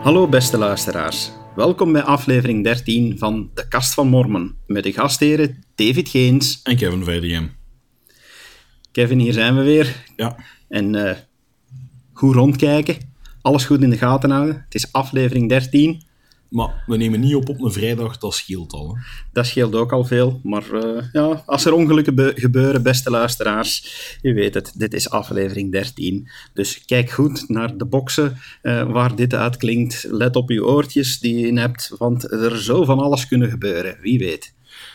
Hallo beste luisteraars, welkom bij aflevering 13 van De Kast van Mormon, met de gastheren David Geens en Kevin VDM. Kevin, hier zijn we weer. Ja. En goed rondkijken, alles goed in de gaten houden. Het is aflevering 13. Maar we nemen niet op een vrijdag, dat scheelt al. Hè? Dat scheelt ook al veel, maar als er ongelukken gebeuren, beste luisteraars, u weet het, dit is aflevering 13. Dus kijk goed naar de boxen waar dit uitklinkt. Let op uw oortjes die je in hebt, want er zou van alles kunnen gebeuren, wie weet.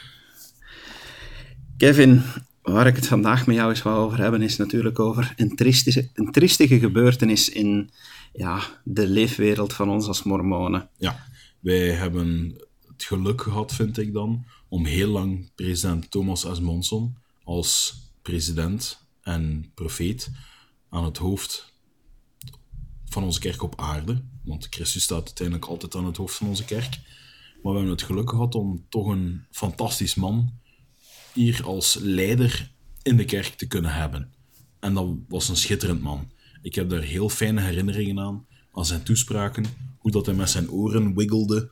Kevin, waar ik het vandaag met jou eens wou over hebben, is natuurlijk over een triestige gebeurtenis in de leefwereld van ons als mormonen. Ja, wij hebben het geluk gehad, vind ik dan, om heel lang president Thomas S. Monson als president en profeet aan het hoofd van onze kerk op aarde, want Christus staat uiteindelijk altijd aan het hoofd van onze kerk, maar we hebben het geluk gehad om toch een fantastisch man hier als leider in de kerk te kunnen hebben. En dat was een schitterend man. Ik heb daar heel fijne herinneringen aan zijn toespraken, hoe dat hij met zijn oren wiggelde.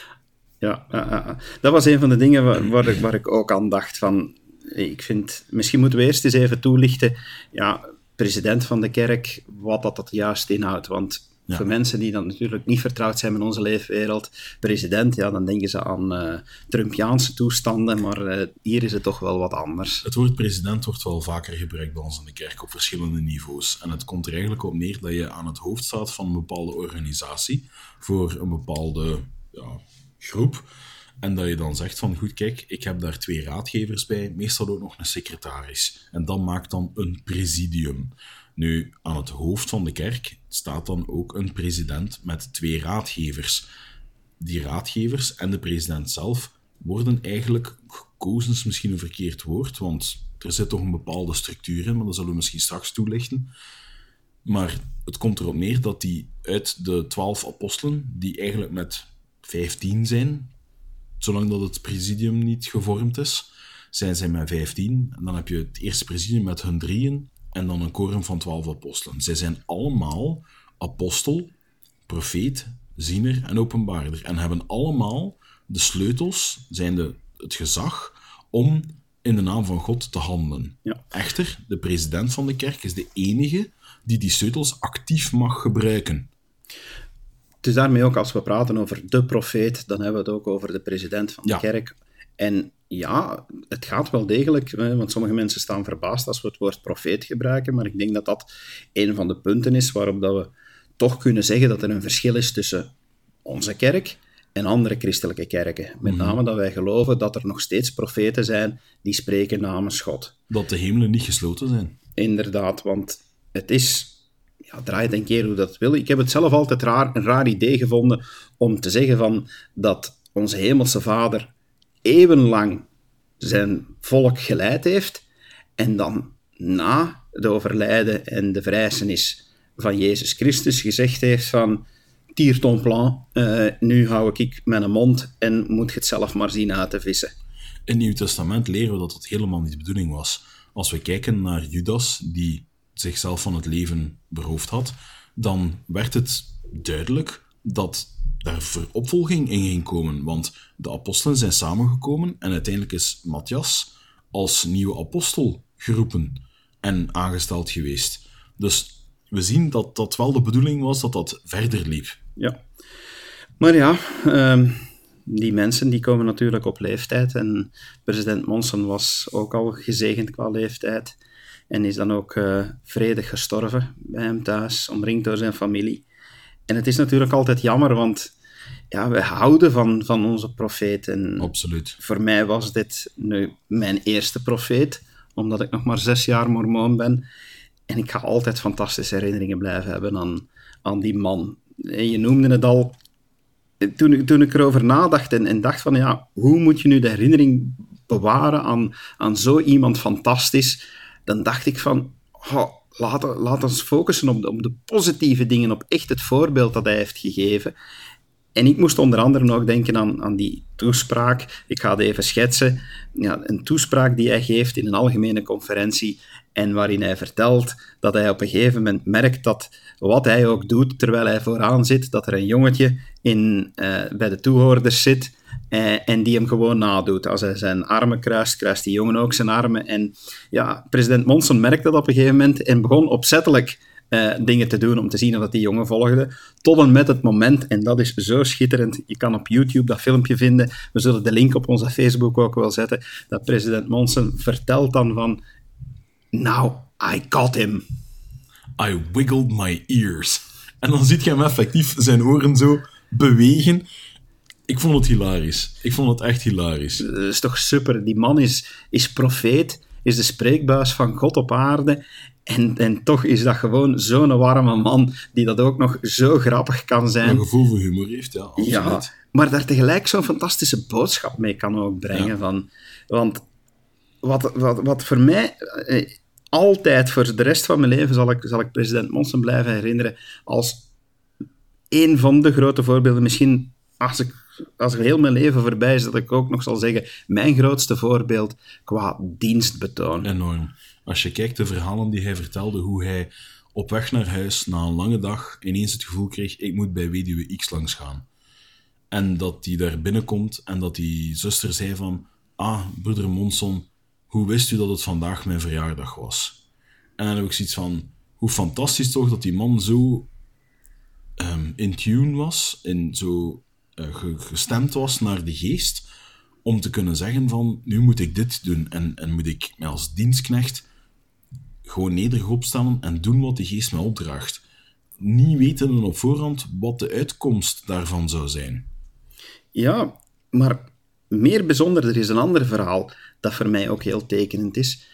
Ja, dat was een van de dingen waar ik ook aan dacht van, ik vind, misschien moeten we eerst eens even toelichten, president van de kerk, wat dat juist inhoudt, want voor mensen die dan natuurlijk niet vertrouwd zijn met onze leefwereld, president, dan denken ze aan Trumpiaanse toestanden, maar hier is het toch wel wat anders. Het woord president wordt wel vaker gebruikt bij ons in de kerk op verschillende niveaus. En het komt er eigenlijk op neer dat je aan het hoofd staat van een bepaalde organisatie, voor een bepaalde groep. En dat je dan zegt van, goed kijk, ik heb daar 2 raadgevers bij, meestal ook nog een secretaris. En dat maakt dan een presidium. Nu, aan het hoofd van de kerk staat dan ook een president met 2 raadgevers. Die raadgevers en de president zelf worden eigenlijk gekozen, is misschien een verkeerd woord, want er zit toch een bepaalde structuur in, maar dat zullen we misschien straks toelichten. Maar het komt erop neer dat die uit de 12 apostelen, die eigenlijk met 15 zijn, zolang dat het presidium niet gevormd is, zijn zij met 15. En dan heb je het eerste presidium met hun 3 en dan een korum van 12 apostelen. Zij zijn allemaal apostel, profeet, ziener en openbaarder. En hebben allemaal de sleutels, zijnde het gezag, om in de naam van God te handelen. Ja. Echter, de president van de kerk is de enige die sleutels actief mag gebruiken. Dus daarmee ook, als we praten over de profeet, dan hebben we het ook over de president van de kerk. En ja, het gaat wel degelijk, want sommige mensen staan verbaasd als we het woord profeet gebruiken, maar ik denk dat dat een van de punten is waarop dat we toch kunnen zeggen dat er een verschil is tussen onze kerk en andere christelijke kerken. Met name dat wij geloven dat er nog steeds profeten zijn die spreken namens God. Dat de hemelen niet gesloten zijn. Inderdaad, want het is... draai het een keer hoe dat wil. Ik heb het zelf altijd een raar idee gevonden om te zeggen van dat onze hemelse Vader eeuwenlang zijn volk geleid heeft en dan na de overlijden en de verrijzenis van Jezus Christus gezegd heeft van tire ton plan, nu hou ik mijn mond en moet je het zelf maar zien uit te vissen. In het Nieuw Testament leren we dat het helemaal niet de bedoeling was. Als we kijken naar Judas, die zichzelf van het leven beroofd had, dan werd het duidelijk dat daar opvolging in ging komen. Want de apostelen zijn samengekomen en uiteindelijk is Matthias als nieuwe apostel geroepen en aangesteld geweest. Dus we zien dat dat wel de bedoeling was dat dat verder liep. Ja. Maar die mensen die komen natuurlijk op leeftijd en president Monson was ook al gezegend qua leeftijd. En is dan ook vredig gestorven bij hem thuis, omringd door zijn familie. En het is natuurlijk altijd jammer, want we houden van onze profeet. En absoluut. Voor mij was dit nu mijn eerste profeet, omdat ik nog maar 6 jaar mormoon ben. En ik ga altijd fantastische herinneringen blijven hebben aan die man. En je noemde het al, toen ik erover nadacht en dacht van, hoe moet je nu de herinnering bewaren aan zo iemand fantastisch, dan dacht ik van, laat ons focussen op de positieve dingen, op echt het voorbeeld dat hij heeft gegeven. En ik moest onder andere nog denken aan die toespraak. Ik ga het even schetsen. Ja, een toespraak die hij geeft in een algemene conferentie en waarin hij vertelt dat hij op een gegeven moment merkt dat wat hij ook doet terwijl hij vooraan zit, dat er een jongetje bij de toehoorders zit en die hem gewoon nadoet. Als hij zijn armen kruist, kruist die jongen ook zijn armen. En ja, president Monson merkte dat op een gegeven moment en begon opzettelijk dingen te doen om te zien of dat die jongen volgde, tot en met het moment, en dat is zo schitterend, je kan op YouTube dat filmpje vinden, we zullen de link op onze Facebook ook wel zetten, dat president Monson vertelt dan van, now I got him. I wiggled my ears. En dan ziet je hem effectief zijn oren zo bewegen. Ik vond het hilarisch. Ik vond het echt hilarisch. Dat is toch super. Die man is profeet, is de spreekbuis van God op aarde. En toch is dat gewoon zo'n warme man, die dat ook nog zo grappig kan zijn. Een gevoel voor humor heeft, ja. Absoluut. Ja, maar daar tegelijk zo'n fantastische boodschap mee kan ook brengen. Ja. Want wat voor mij... altijd, voor de rest van mijn leven, zal ik president Monson blijven herinneren als een van de grote voorbeelden. Misschien, als heel mijn leven voorbij is, dat ik ook nog zal zeggen, mijn grootste voorbeeld qua dienstbetoon. Enorm. Als je kijkt de verhalen die hij vertelde, hoe hij op weg naar huis, na een lange dag, ineens het gevoel kreeg, ik moet bij weduwe X langs gaan. En dat hij daar binnenkomt en dat die zuster zei van, broeder Monson, hoe wist u dat het vandaag mijn verjaardag was? En dan heb ik zoiets van, hoe fantastisch toch dat die man zo in tune was, zo gestemd was naar de geest, om te kunnen zeggen van, nu moet ik dit doen en moet ik mij als dienstknecht gewoon nederig opstellen en doen wat de geest mij opdraagt. Niet weten op voorhand wat de uitkomst daarvan zou zijn. Ja, maar meer bijzonder, er is een ander verhaal dat voor mij ook heel tekenend is.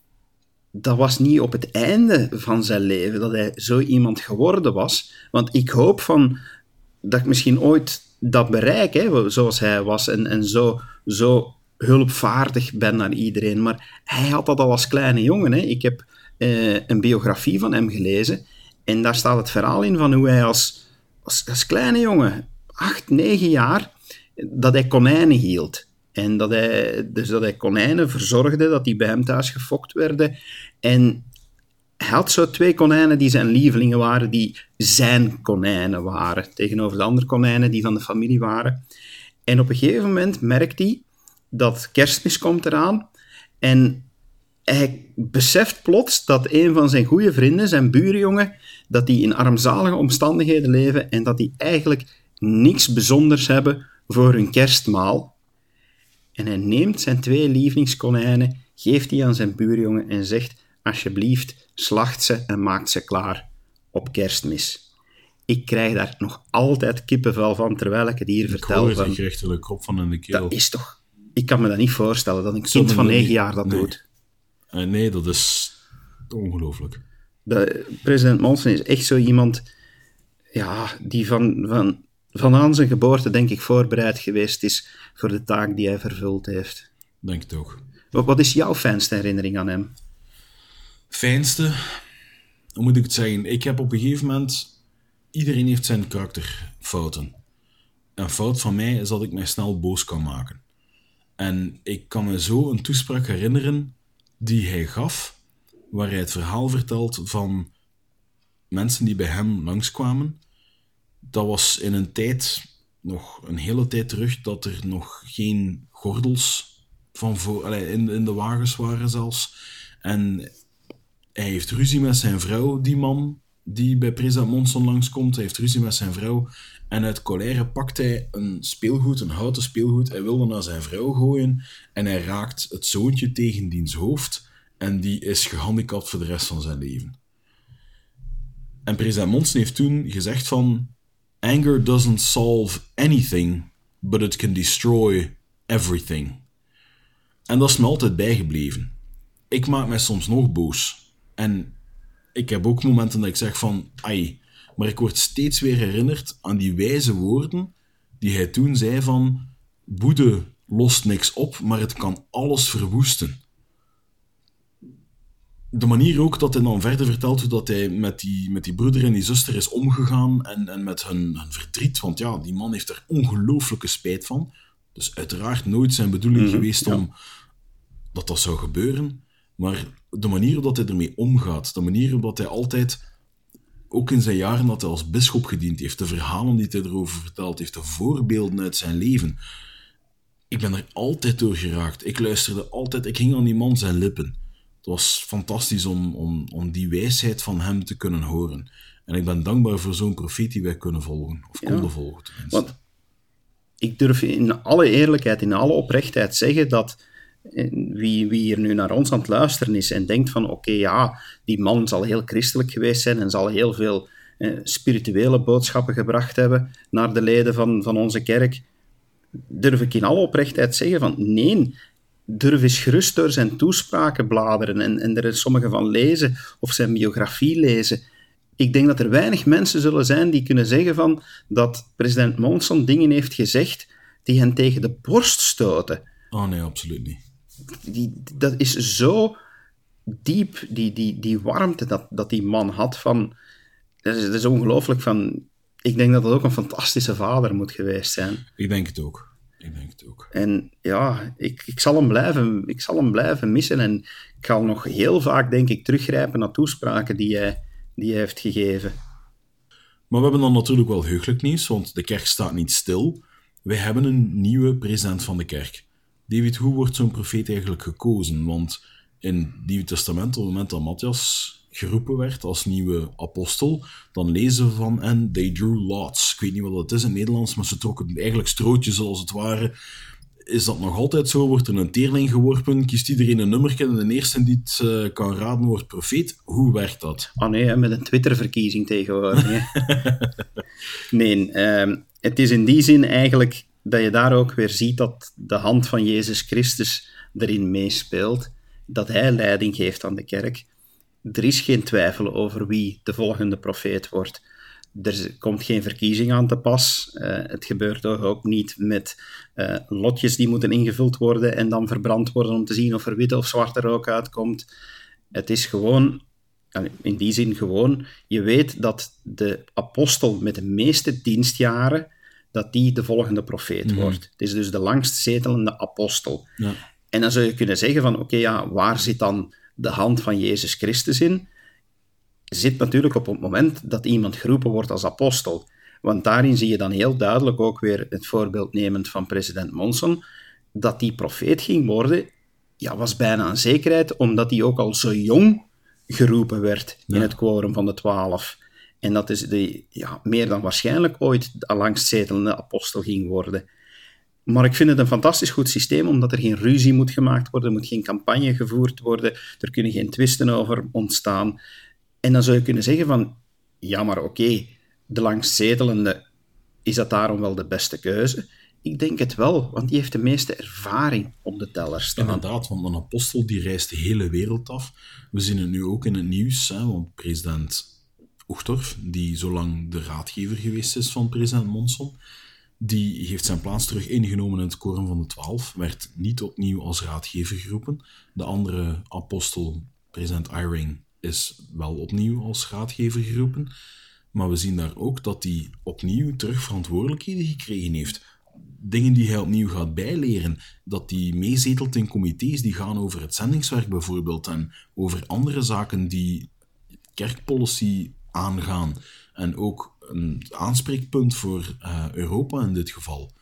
Dat was niet op het einde van zijn leven dat hij zo iemand geworden was. Want ik hoop dat ik misschien ooit dat bereik, hè, zoals hij was, en zo hulpvaardig ben naar iedereen. Maar hij had dat al als kleine jongen. Hè. Ik heb een biografie van hem gelezen en daar staat het verhaal in van hoe hij als kleine jongen, 8, 9 jaar, dat hij konijnen hield. En dat hij konijnen verzorgde, dat die bij hem thuis gefokt werden. En hij had zo 2 konijnen die zijn lievelingen waren, die zijn konijnen waren, tegenover de andere konijnen die van de familie waren. En op een gegeven moment merkt hij dat Kerstmis komt eraan en hij beseft plots dat een van zijn goede vrienden, zijn buurjongen, dat die in armzalige omstandigheden leven en dat die eigenlijk niks bijzonders hebben voor hun kerstmaal. En hij neemt zijn 2 lievelingskonijnen, geeft die aan zijn buurjongen en zegt, alsjeblieft, slacht ze en maakt ze klaar op Kerstmis. Ik krijg daar nog altijd kippenvel van, terwijl ik het hier vertel. Ik krijg er de kop van in de keel. Dat is toch... Ik kan me dat niet voorstellen, dat een kind van 9 jaar dat doet. Nee, dat is ongelooflijk. President Monson is echt zo iemand, ja, die van aan zijn geboorte, denk ik, voorbereid geweest is voor de taak die hij vervuld heeft. Denk het ook. Wat is jouw fijnste herinnering aan hem? Fijnste? Hoe moet ik het zeggen? Ik heb op een gegeven moment... Iedereen heeft zijn karakterfouten. Een fout van mij is dat ik mij snel boos kan maken. En ik kan me zo een toespraak herinneren die hij gaf, waar hij het verhaal vertelt van mensen die bij hem langskwamen. Dat was in een tijd, nog een hele tijd terug, dat er nog geen gordels in de wagens waren zelfs. En hij heeft ruzie met zijn vrouw, die man die bij president Monson langskomt. Hij heeft ruzie met zijn vrouw. En uit colère pakt hij een houten speelgoed. Hij wilde naar zijn vrouw gooien. En hij raakt het zoontje tegen diens hoofd. En die is gehandicapt voor de rest van zijn leven. En president Monson heeft toen gezegd van... Anger doesn't solve anything, but it can destroy everything. En dat is me altijd bijgebleven. Ik maak mij soms nog boos. En ik heb ook momenten dat ik zeg van... Ai, maar ik word steeds weer herinnerd aan die wijze woorden die hij toen zei van... Woede lost niks op, maar het kan alles verwoesten. de manier ook dat hij dan verder vertelt hoe dat hij met die broeder en die zuster is omgegaan en met hun verdriet, want ja, die man heeft er ongelooflijke spijt van. Dus uiteraard nooit zijn bedoeling geweest om dat zou gebeuren, maar de manier waarop hij ermee omgaat, de manier waarop hij altijd, ook in zijn jaren dat hij als bisschop gediend heeft, de verhalen die hij erover verteld heeft, de voorbeelden uit zijn leven, ik ben er altijd door geraakt. Ik luisterde altijd, ik hing aan die man zijn lippen. Het was fantastisch om die wijsheid van hem te kunnen horen. En ik ben dankbaar voor zo'n profeet die wij kunnen volgen, of konden volgen tenminste. Want ik durf in alle eerlijkheid, in alle oprechtheid zeggen dat wie hier nu naar ons aan het luisteren is en denkt van oké, die man zal heel christelijk geweest zijn en zal heel veel spirituele boodschappen gebracht hebben naar de leden van onze kerk, durf ik in alle oprechtheid zeggen van nee, durf eens gerust door zijn toespraken bladeren en er sommige van lezen of zijn biografie lezen. Ik denk dat er weinig mensen zullen zijn die kunnen zeggen van dat president Monson dingen heeft gezegd die hen tegen de borst stoten. Oh nee, absoluut niet. Dat is zo diep, die warmte dat die man had van... Dat is ongelooflijk van... Ik denk dat dat ook een fantastische vader moet geweest zijn. Ik denk het ook. En ja, ik zal hem blijven missen en ik ga nog heel vaak, denk ik, teruggrijpen naar toespraken die hij heeft gegeven. Maar we hebben dan natuurlijk wel heugelijk nieuws, want de kerk staat niet stil. Wij hebben een nieuwe president van de kerk. David, hoe wordt zo'n profeet eigenlijk gekozen? Want in het Nieuwe Testament, op het moment dat Matthias geroepen werd als nieuwe apostel, dan lezen we van en they drew lots. Ik weet niet wat dat is in het Nederlands, maar ze trokken eigenlijk strootjes als het ware. Is dat nog altijd zo? Wordt er een teerling geworpen? Kiest iedereen een nummertje en de eerste die het kan raden wordt profeet? Hoe werkt dat? Oh nee, met een Twitter-verkiezing tegenwoordig. Nee, het is in die zin eigenlijk dat je daar ook weer ziet dat de hand van Jezus Christus erin meespeelt, dat hij leiding geeft aan de kerk. Er is geen twijfel over wie de volgende profeet wordt. Er komt geen verkiezing aan te pas. Het gebeurt ook niet met lotjes die moeten ingevuld worden en dan verbrand worden om te zien of er witte of zwarte rook uitkomt. Het is gewoon, in die zin gewoon, je weet dat de apostel met de meeste dienstjaren, dat die de volgende profeet wordt. Het is dus de langst zetelende apostel. Ja. En dan zou je kunnen zeggen van, oké, waar zit dan de hand van Jezus Christus in? Zit natuurlijk op het moment dat iemand geroepen wordt als apostel. Want daarin zie je dan heel duidelijk ook weer het voorbeeld nemend van president Monson, dat die profeet ging worden, was bijna een zekerheid, omdat hij ook al zo jong geroepen werd in het quorum van de 12. En dat is meer dan waarschijnlijk ooit de langstzetelende apostel ging worden. Maar ik vind het een fantastisch goed systeem, omdat er geen ruzie moet gemaakt worden, er moet geen campagne gevoerd worden, er kunnen geen twisten over ontstaan. En dan zou je kunnen zeggen van, de langstzetelende, is dat daarom wel de beste keuze? Ik denk het wel, want die heeft de meeste ervaring op de teller staan. Inderdaad, want een apostel die reist de hele wereld af. We zien het nu ook in het nieuws, want president Uchtdorf, die zo lang de raadgever geweest is van president Monson, die heeft zijn plaats terug ingenomen in het quorum van de 12, werd niet opnieuw als raadgever geroepen. De andere apostel, president Eyring, is wel opnieuw als raadgever geroepen. Maar we zien daar ook dat hij opnieuw terug verantwoordelijkheden gekregen heeft. Dingen die hij opnieuw gaat bijleren. Dat hij meezetelt in comité's die gaan over het zendingswerk bijvoorbeeld en over andere zaken die kerkpolicy aangaan. En ook een aanspreekpunt voor Europa in dit geval.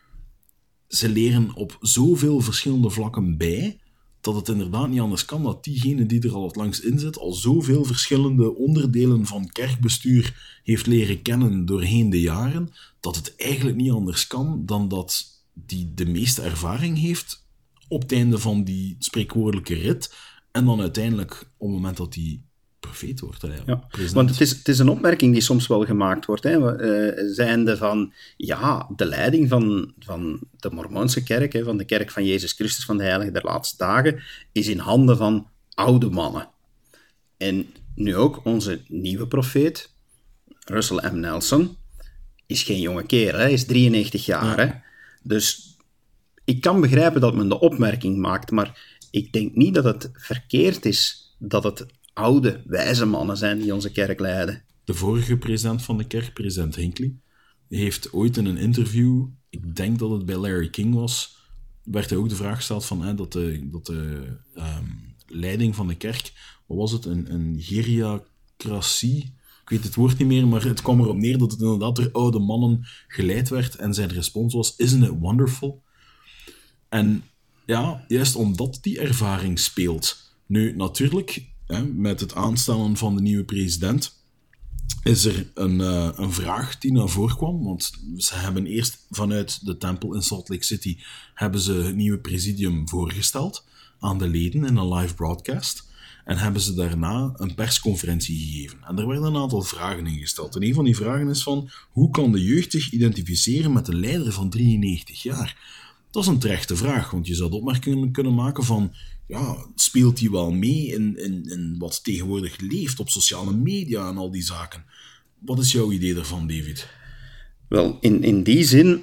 Ze leren op zoveel verschillende vlakken bij, dat het inderdaad niet anders kan dat diegene die er al het langst in zit, al zoveel verschillende onderdelen van kerkbestuur heeft leren kennen doorheen de jaren, dat het eigenlijk niet anders kan dan dat die de meeste ervaring heeft op het einde van die spreekwoordelijke rit en dan uiteindelijk op het moment dat die profeet wordt. Want het is een opmerking die soms wel gemaakt wordt, zijnde van, de leiding van de Mormoonse kerk, van de kerk van Jezus Christus van de Heilige der Laatste Dagen, is in handen van oude mannen. En nu ook onze nieuwe profeet, Russell M. Nelson, is geen jonge kerel, hij is 93 jaar. Hè? Dus ik kan begrijpen dat men de opmerking maakt, maar ik denk niet dat het verkeerd is dat het oude, wijze mannen zijn die onze kerk leiden. De vorige president van de kerk, president Hinckley, heeft ooit in een interview, ik denk dat het bij Larry King was, werd hij ook de vraag gesteld van dat de leiding van de kerk, wat was het, een geriacratie? Ik weet het woord niet meer, maar het kwam erop neer dat het inderdaad door oude mannen geleid werd en zijn respons was, isn't it wonderful? En ja, juist omdat die ervaring speelt. Nu, natuurlijk, met het aanstellen van de nieuwe president is er een vraag die naar voren kwam, want ze hebben eerst vanuit de tempel in Salt Lake City hebben ze het nieuwe presidium voorgesteld aan de leden in een live broadcast en hebben ze daarna een persconferentie gegeven. En er werden een aantal vragen ingesteld. En een van die vragen is van, hoe kan de jeugd zich identificeren met een leider van 93 jaar? Dat is een terechte vraag, want je zou de opmerking kunnen maken van, ja, speelt hij wel mee in wat tegenwoordig leeft op sociale media en al die zaken? Wat is jouw idee daarvan, David? Wel, in die zin,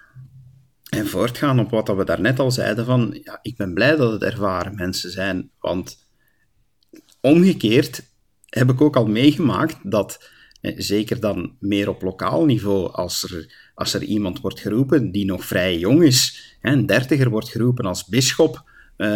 en voortgaan op wat we daarnet al zeiden, van, ja, ik ben blij dat het ervaren mensen zijn, want omgekeerd heb ik ook al meegemaakt dat, zeker dan meer op lokaal niveau, als er iemand wordt geroepen die nog vrij jong is, een dertiger wordt geroepen als bisschop,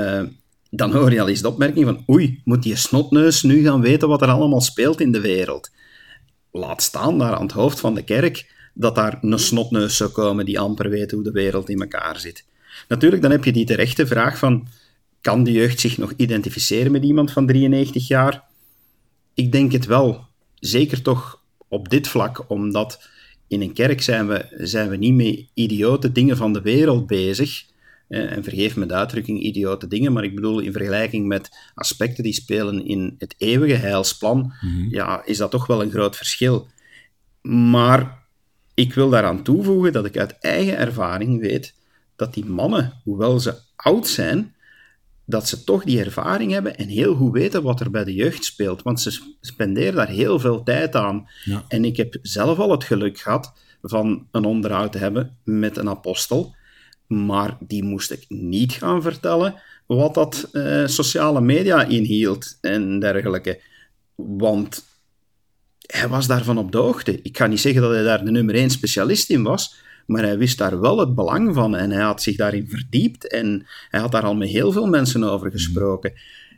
dan hoor je al eens de opmerking van, oei, moet die snotneus nu gaan weten wat er allemaal speelt in de wereld? Laat staan daar aan het hoofd van de kerk dat daar een snotneus zou komen die amper weet hoe de wereld in elkaar zit. Natuurlijk, dan heb je die terechte vraag van, kan de jeugd zich nog identificeren met iemand van 93 jaar? Ik denk het wel. Zeker toch op dit vlak, omdat in een kerk zijn we niet met idiote dingen van de wereld bezig. En vergeef me de uitdrukking idiote dingen, maar ik bedoel in vergelijking met aspecten die spelen in het eeuwige heilsplan, ja, is dat toch wel een groot verschil. Maar ik wil daaraan toevoegen dat ik uit eigen ervaring weet dat die mannen, hoewel ze oud zijn, dat ze toch die ervaring hebben en heel goed weten wat er bij de jeugd speelt. Want ze spenderen daar heel veel tijd aan. Ja. En ik heb zelf al het geluk gehad van een onderhoud te hebben met een apostel, maar die moest ik niet gaan vertellen wat dat sociale media inhield en dergelijke. Want hij was daarvan op de hoogte. Ik ga niet zeggen dat hij daar de nummer 1 specialist in was, maar hij wist daar wel het belang van en hij had zich daarin verdiept en hij had daar al met heel veel mensen over gesproken.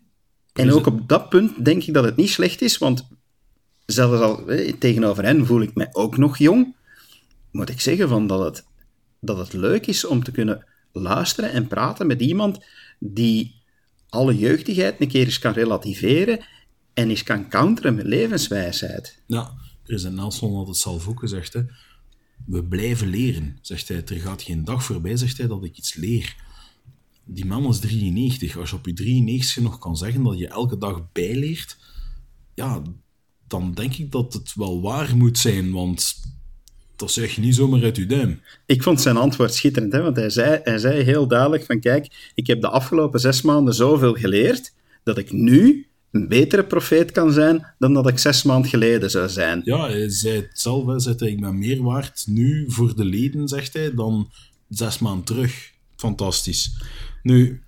En ook op dat punt denk ik dat het niet slecht is, want zelfs al tegenover hen voel ik mij ook nog jong, moet ik zeggen van dat het leuk is om te kunnen luisteren en praten met iemand die alle jeugdigheid een keer eens kan relativeren en eens kan counteren met levenswijsheid. Ja, president Nelson had het zelf ook gezegd, hè. We blijven leren, zegt hij. Er gaat geen dag voorbij, zegt hij, dat ik iets leer. Die man is 93. Als je op je 93 nog kan zeggen dat je elke dag bijleert, ja, dan denk ik dat het wel waar moet zijn, want dat zeg je niet zomaar uit je duim. Ik vond zijn antwoord schitterend, hè, want hij zei heel duidelijk van, kijk, ik heb de afgelopen 6 maanden zoveel geleerd, dat ik nu een betere profeet kan zijn dan dat ik 6 maanden geleden zou zijn. Ja, hij zei het zelf, hij zei, ik ben meer waard nu voor de leden, zegt hij, dan 6 maanden terug. Fantastisch. Nu,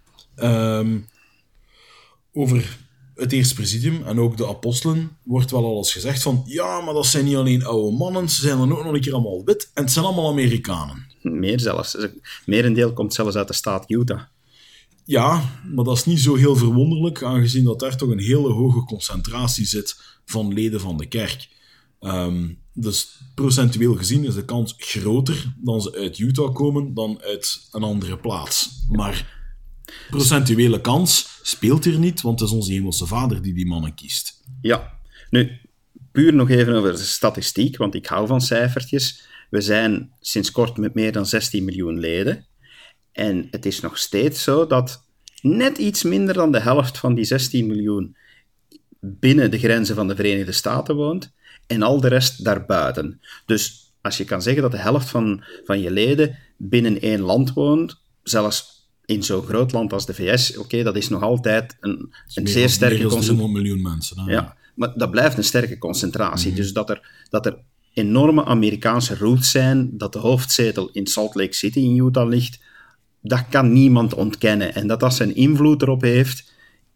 over het eerste presidium en ook de apostelen wordt wel alles gezegd van, ja, maar dat zijn niet alleen oude mannen, ze zijn dan ook nog een keer allemaal wit en het zijn allemaal Amerikanen. Meer zelfs. Merendeel komt zelfs uit de staat Utah. Ja, maar dat is niet zo heel verwonderlijk, aangezien dat daar toch een hele hoge concentratie zit van leden van de kerk. Dus procentueel gezien is de kans groter dat ze uit Utah komen dan uit een andere plaats. Maar procentuele kans speelt hier niet, want het is onze hemelse Vader die mannen kiest. Ja, nu, puur nog even over de statistiek, want ik hou van cijfertjes. We zijn sinds kort met meer dan 16 miljoen leden. En het is nog steeds zo dat net iets minder dan de helft van die 16 miljoen binnen de grenzen van de Verenigde Staten woont en al de rest daarbuiten. Dus als je kan zeggen dat de helft van je leden binnen 1 land woont, zelfs in zo'n groot land als de VS, oké, dat is nog altijd een zeer sterke concentratie. 3 miljoen mensen. Hè? Ja, maar dat blijft een sterke concentratie. Dus dat er enorme Amerikaanse roots zijn, dat de hoofdzetel in Salt Lake City in Utah ligt, dat kan niemand ontkennen. En dat zijn invloed erop heeft,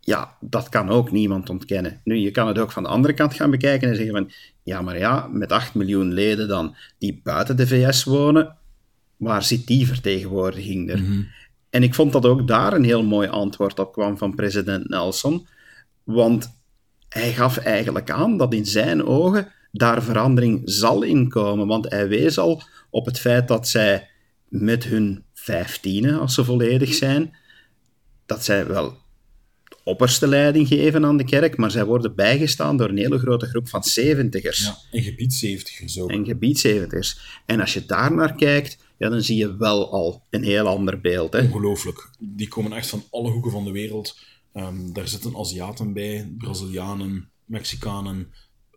Ja, dat kan ook niemand ontkennen. Nu, je kan het ook van de andere kant gaan bekijken en zeggen van, ja, maar ja, met 8 miljoen leden dan die buiten de VS wonen, waar zit die vertegenwoordiging er? En ik vond dat ook daar een heel mooi antwoord op kwam van president Nelson, want hij gaf eigenlijk aan dat in zijn ogen daar verandering zal inkomen, want hij wees al op het feit dat zij met hun 15, als ze volledig zijn, dat zij wel opperste leiding geven aan de kerk, maar zij worden bijgestaan door een hele grote groep van 70ers. Ja, en gebieds-70ers ook. En gebieds-70ers. En als je daar naar kijkt, ja, dan zie je wel al een heel ander beeld. Hè? Ongelooflijk. Die komen echt van alle hoeken van de wereld. Daar zitten Aziaten bij, Brazilianen, Mexicanen,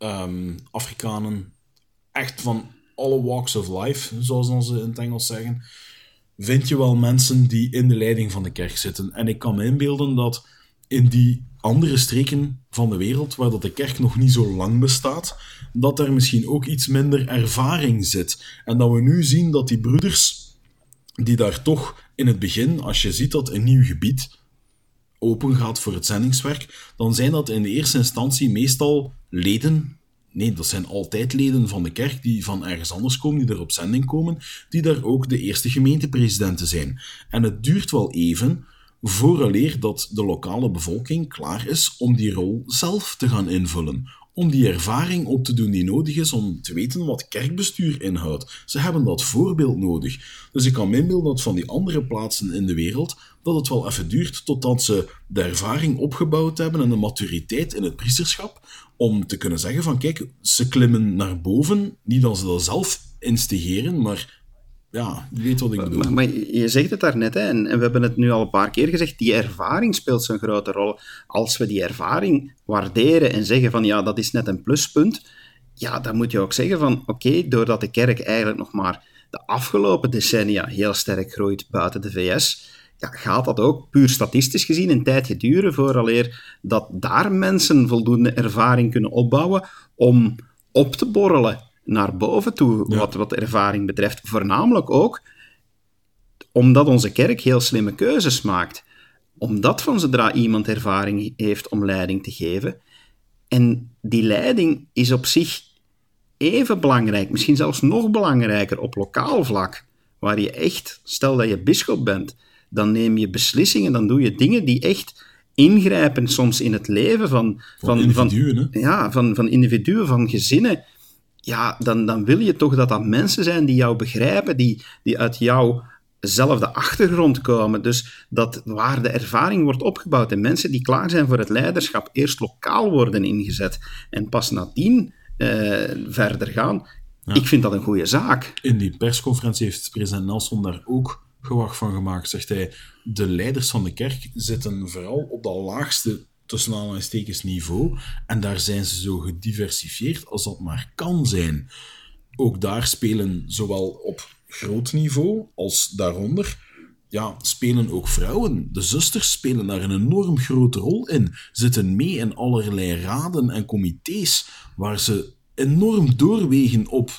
Afrikanen. Echt van alle walks of life, zoals ze in het Engels zeggen. Vind je wel mensen die in de leiding van de kerk zitten. En ik kan me inbeelden dat in die andere streken van de wereld, waar dat de kerk nog niet zo lang bestaat, dat er misschien ook iets minder ervaring zit. En dat we nu zien dat die broeders, die daar toch in het begin, als je ziet dat een nieuw gebied open gaat voor het zendingswerk, dan zijn dat in de eerste instantie meestal leden. Nee, dat zijn altijd leden van de kerk die van ergens anders komen, die er op zending komen, die daar ook de eerste gemeentepresidenten zijn. En het duurt wel even vooraleer dat de lokale bevolking klaar is om die rol zelf te gaan invullen. Om die ervaring op te doen die nodig is om te weten wat kerkbestuur inhoudt. Ze hebben dat voorbeeld nodig. Dus ik kan me inbeelden dat van die andere plaatsen in de wereld dat het wel even duurt totdat ze de ervaring opgebouwd hebben en de maturiteit in het priesterschap om te kunnen zeggen van kijk, ze klimmen naar boven, niet dat ze dat zelf instigeren, maar ja, je weet wat ik bedoel. Maar je zegt het daarnet, hè, en we hebben het nu al een paar keer gezegd, die ervaring speelt zo'n grote rol. Als we die ervaring waarderen en zeggen van ja, dat is net een pluspunt, ja, dan moet je ook zeggen van oké, doordat de kerk eigenlijk nog maar de afgelopen decennia heel sterk groeit buiten de VS, ja, gaat dat ook puur statistisch gezien een tijdje duren vooraleer dat daar mensen voldoende ervaring kunnen opbouwen om op te borrelen naar boven toe, Ja. wat ervaring betreft. Voornamelijk ook omdat onze kerk heel slimme keuzes maakt. Omdat van zodra iemand ervaring heeft om leiding te geven. En die leiding is op zich even belangrijk, misschien zelfs nog belangrijker op lokaal vlak, waar je echt, stel dat je bisschop bent, dan neem je beslissingen, dan doe je dingen die echt ingrijpen soms in het leven van individuen, hè? van individuen, van gezinnen. Ja, dan wil je toch dat dat mensen zijn die jou begrijpen, die uit jouwzelfde achtergrond komen. Dus dat waar de ervaring wordt opgebouwd en mensen die klaar zijn voor het leiderschap eerst lokaal worden ingezet en pas nadien verder gaan. Ja. Ik vind dat een goede zaak. In die persconferentie heeft president Nelson daar ook gewacht van gemaakt. Zegt hij, de leiders van de kerk zitten vooral op dat laagste tussen aanhalingstekens niveau en daar zijn ze zo gediversifieerd als dat maar kan zijn. Ook daar spelen zowel op groot niveau als daaronder, ja, spelen ook vrouwen. De zusters spelen daar een enorm grote rol in. Zitten mee in allerlei raden en comité's waar ze enorm doorwegen op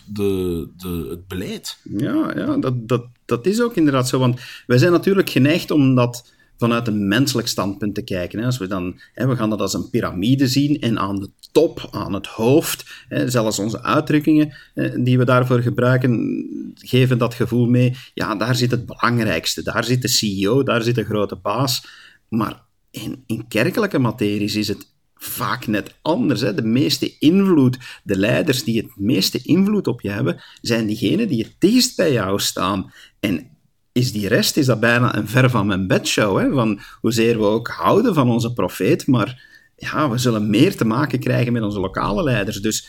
het beleid. Ja, dat is ook inderdaad zo. Want wij zijn natuurlijk geneigd om dat vanuit een menselijk standpunt te kijken. Hè. Als we gaan dat als een piramide zien en aan de top, aan het hoofd, zelfs onze uitdrukkingen die we daarvoor gebruiken, geven dat gevoel mee. Ja, daar zit het belangrijkste. Daar zit de CEO, daar zit de grote baas. Maar in kerkelijke materies is het vaak net anders. Hè. De meeste invloed, de leiders die het meeste invloed op je hebben, zijn diegenen die het dichtst bij jou staan. En is dat bijna een ver van mijn bedshow, hè, van hoezeer we ook houden van onze profeet, maar ja, we zullen meer te maken krijgen met onze lokale leiders. Dus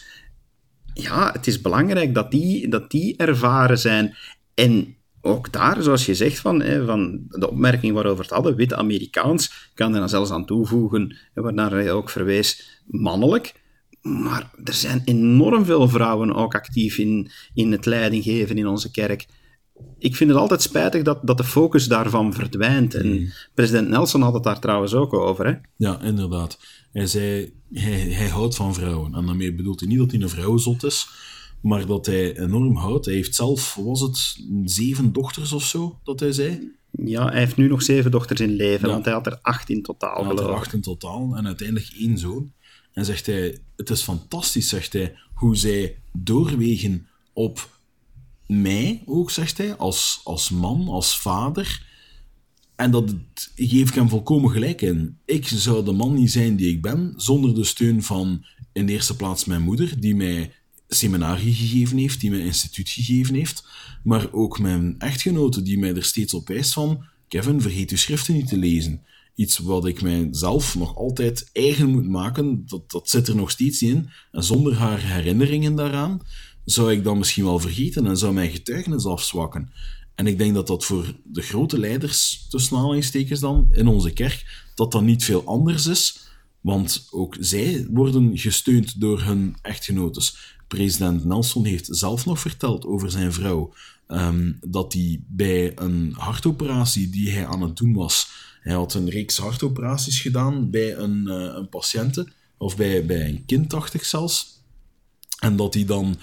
ja, het is belangrijk dat die ervaren zijn. En ook daar, zoals je zegt, van de opmerking waarover we het hadden, wit Amerikaans, kan er dan zelfs aan toevoegen, waarnaar hij ook verwees, mannelijk. Maar er zijn enorm veel vrouwen ook actief in het leidinggeven in onze kerk. Ik vind het altijd spijtig dat de focus daarvan verdwijnt. En president Nelson had het daar trouwens ook over. Hè? Ja, inderdaad. Hij zei, hij houdt van vrouwen. En daarmee bedoelt hij niet dat hij een vrouwenzot is, maar dat hij enorm houdt. Hij heeft zelf, 7 dochters of zo, dat hij zei? Ja, hij heeft nu nog 7 dochters in leven, Ja. want hij had er 8 in totaal, Hij had er geloof 8 in totaal en uiteindelijk 1 zoon. En zegt hij, het is fantastisch, zegt hij, hoe zij doorwegen op mij ook, zegt hij, als man, als vader. En dat geef ik hem volkomen gelijk in. Ik zou de man niet zijn die ik ben, zonder de steun van in de eerste plaats mijn moeder, die mij seminarie gegeven heeft, die mij instituut gegeven heeft, maar ook mijn echtgenote, die mij er steeds op wijst van, Kevin, vergeet uw schriften niet te lezen. Iets wat ik mijzelf nog altijd eigen moet maken, dat zit er nog steeds niet in. En zonder haar herinneringen daaraan, zou ik dat misschien wel vergeten en zou mijn getuigenis afzwakken. En ik denk dat dat voor de grote leiders, tussen aanhalingstekens dan, in onze kerk, dat niet veel anders is. Want ook zij worden gesteund door hun echtgenotes. President Nelson heeft zelf nog verteld over zijn vrouw, dat hij bij een hartoperatie die hij aan het doen was, hij had een reeks hartoperaties gedaan bij een patiënte, of bij een kind, dacht ik zelfs. En dat hij dan,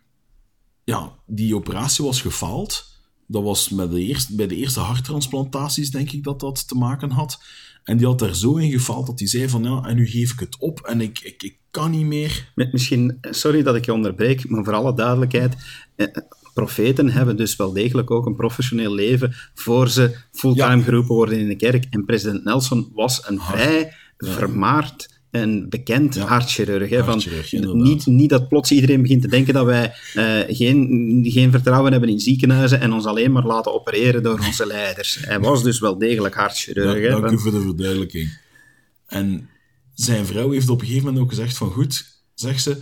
ja, die operatie was gefaald. Dat was bij de eerste harttransplantaties, denk ik, dat te maken had. En die had daar zo in gefaald dat hij zei van, ja, en nu geef ik het op en ik kan niet meer. Misschien, sorry dat ik je onderbreek, maar voor alle duidelijkheid, profeten hebben dus wel degelijk ook een professioneel leven voor ze fulltime geroepen worden in de kerk. En president Nelson was een vrij vermaard en bekend hartchirurg. Hè, niet dat plots iedereen begint te denken dat wij geen vertrouwen hebben in ziekenhuizen en ons alleen maar laten opereren door onze leiders. Hij was dus wel degelijk hartchirurg. Dank u voor de verduidelijking. En zijn vrouw heeft op een gegeven moment ook gezegd van, goed, zegt ze,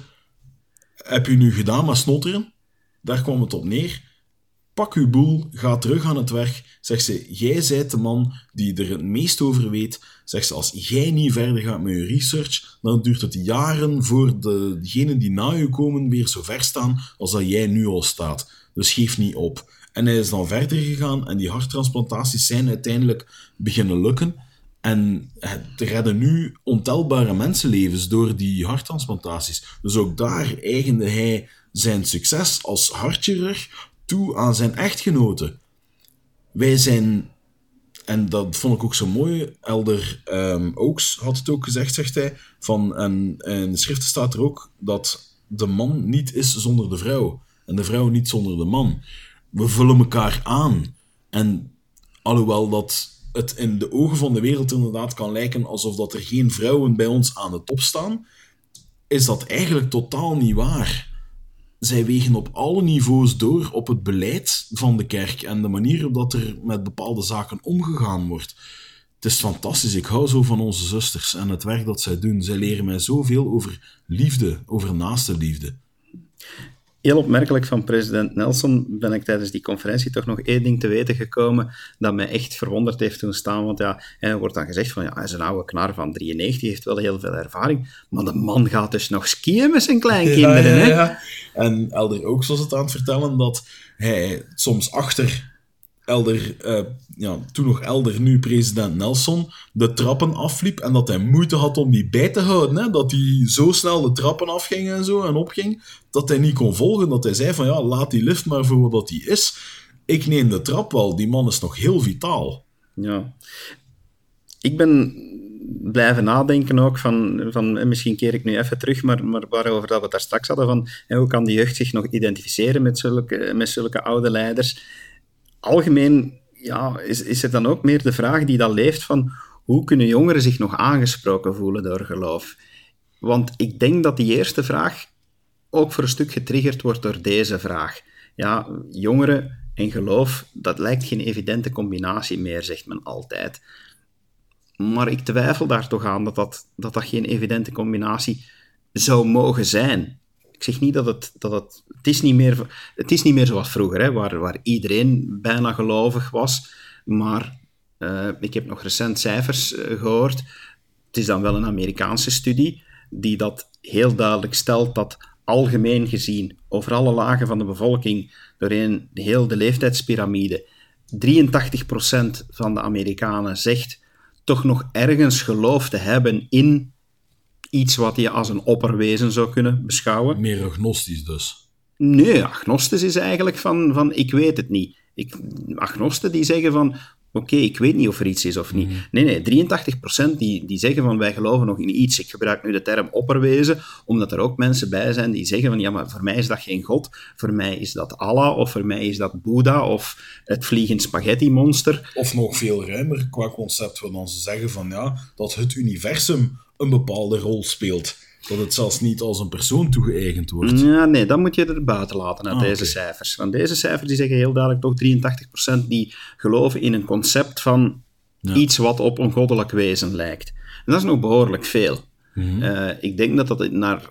heb u nu gedaan met snotteren? Daar kwam het op neer. Pak uw boel, ga terug aan het werk. Zegt ze, jij zijt de man die er het meest over weet. Zegt ze, als jij niet verder gaat met je research, dan duurt het jaren voor degenen die na je komen weer zo ver staan als dat jij nu al staat. Dus geef niet op. En hij is dan verder gegaan en die harttransplantaties zijn uiteindelijk beginnen lukken. En er redden nu ontelbare mensenlevens door die harttransplantaties. Dus ook daar eigende hij zijn succes als hartchirurg toe aan zijn echtgenote. Wij zijn, en dat vond ik ook zo mooi, Elder Oaks had het ook gezegd, zegt hij, en in de schriften staat er ook dat de man niet is zonder de vrouw en de vrouw niet zonder de man. We vullen elkaar aan. En alhoewel dat het in de ogen van de wereld inderdaad kan lijken alsof dat er geen vrouwen bij ons aan de top staan, is dat eigenlijk totaal niet waar. Zij wegen op alle niveaus door op het beleid van de kerk en de manier waarop dat er met bepaalde zaken omgegaan wordt. Het is fantastisch. Ik hou zo van onze zusters en het werk dat zij doen. Zij leren mij zoveel over liefde, over naaste liefde. Heel opmerkelijk van president Nelson ben ik tijdens die conferentie toch nog één ding te weten gekomen dat mij echt verwonderd heeft toen staan. Want ja, er wordt dan gezegd van ja, hij is een oude knar van 93, heeft wel heel veel ervaring, maar de man gaat dus nog skiën met zijn kleinkinderen. Ja. Hè? En Elder ook was het aan het vertellen dat hij soms achter toen nog Elder, nu president Nelson, de trappen afliep en dat hij moeite had om die bij te houden. Hè? Dat hij zo snel de trappen afging en zo en opging, dat hij niet kon volgen. Dat hij zei van ja, laat die lift maar voor wat hij is. Ik neem de trap wel, die man is nog heel vitaal. Ja. Ik ben blijven nadenken ook van misschien keer ik nu even terug, maar waarover dat we het daar straks hadden, van hoe kan de jeugd zich nog identificeren met zulke oude leiders? Algemeen is er dan ook meer de vraag die dan leeft van hoe kunnen jongeren zich nog aangesproken voelen door geloof? Want ik denk dat die eerste vraag ook voor een stuk getriggerd wordt door deze vraag. Ja, jongeren en geloof, dat lijkt geen evidente combinatie meer, zegt men altijd. Maar ik twijfel daar toch aan dat geen evidente combinatie zou mogen zijn. Ik zeg niet dat het is niet meer zoals vroeger, hè, waar iedereen bijna gelovig was, maar ik heb nog recent cijfers gehoord. Het is dan wel een Amerikaanse studie die dat heel duidelijk stelt dat algemeen gezien over alle lagen van de bevolking doorheen heel de leeftijdspyramide 83% van de Amerikanen zegt toch nog ergens geloof te hebben in iets wat je als een opperwezen zou kunnen beschouwen. Meer agnostisch dus. Nee, agnostisch is eigenlijk van ik weet het niet. Agnosten die zeggen van oké, ik weet niet of er iets is of niet. Nee, 83% die zeggen van wij geloven nog in iets. Ik gebruik nu de term opperwezen, omdat er ook mensen bij zijn die zeggen van ja, maar voor mij is dat geen God, voor mij is dat Allah, of voor mij is dat Boeddha, of het vliegend spaghetti-monster. Of nog veel ruimer qua concept, waarvan ze zeggen van ja, dat het universum een bepaalde rol speelt. Dat het zelfs niet als een persoon toegeëigend wordt. Ja, nee, dat moet je er buiten laten uit deze cijfers. Want deze cijfers die zeggen heel duidelijk toch 83% die geloven in een concept van iets wat op een goddelijk wezen lijkt. En dat is nog behoorlijk veel. Ik denk dat dat naar...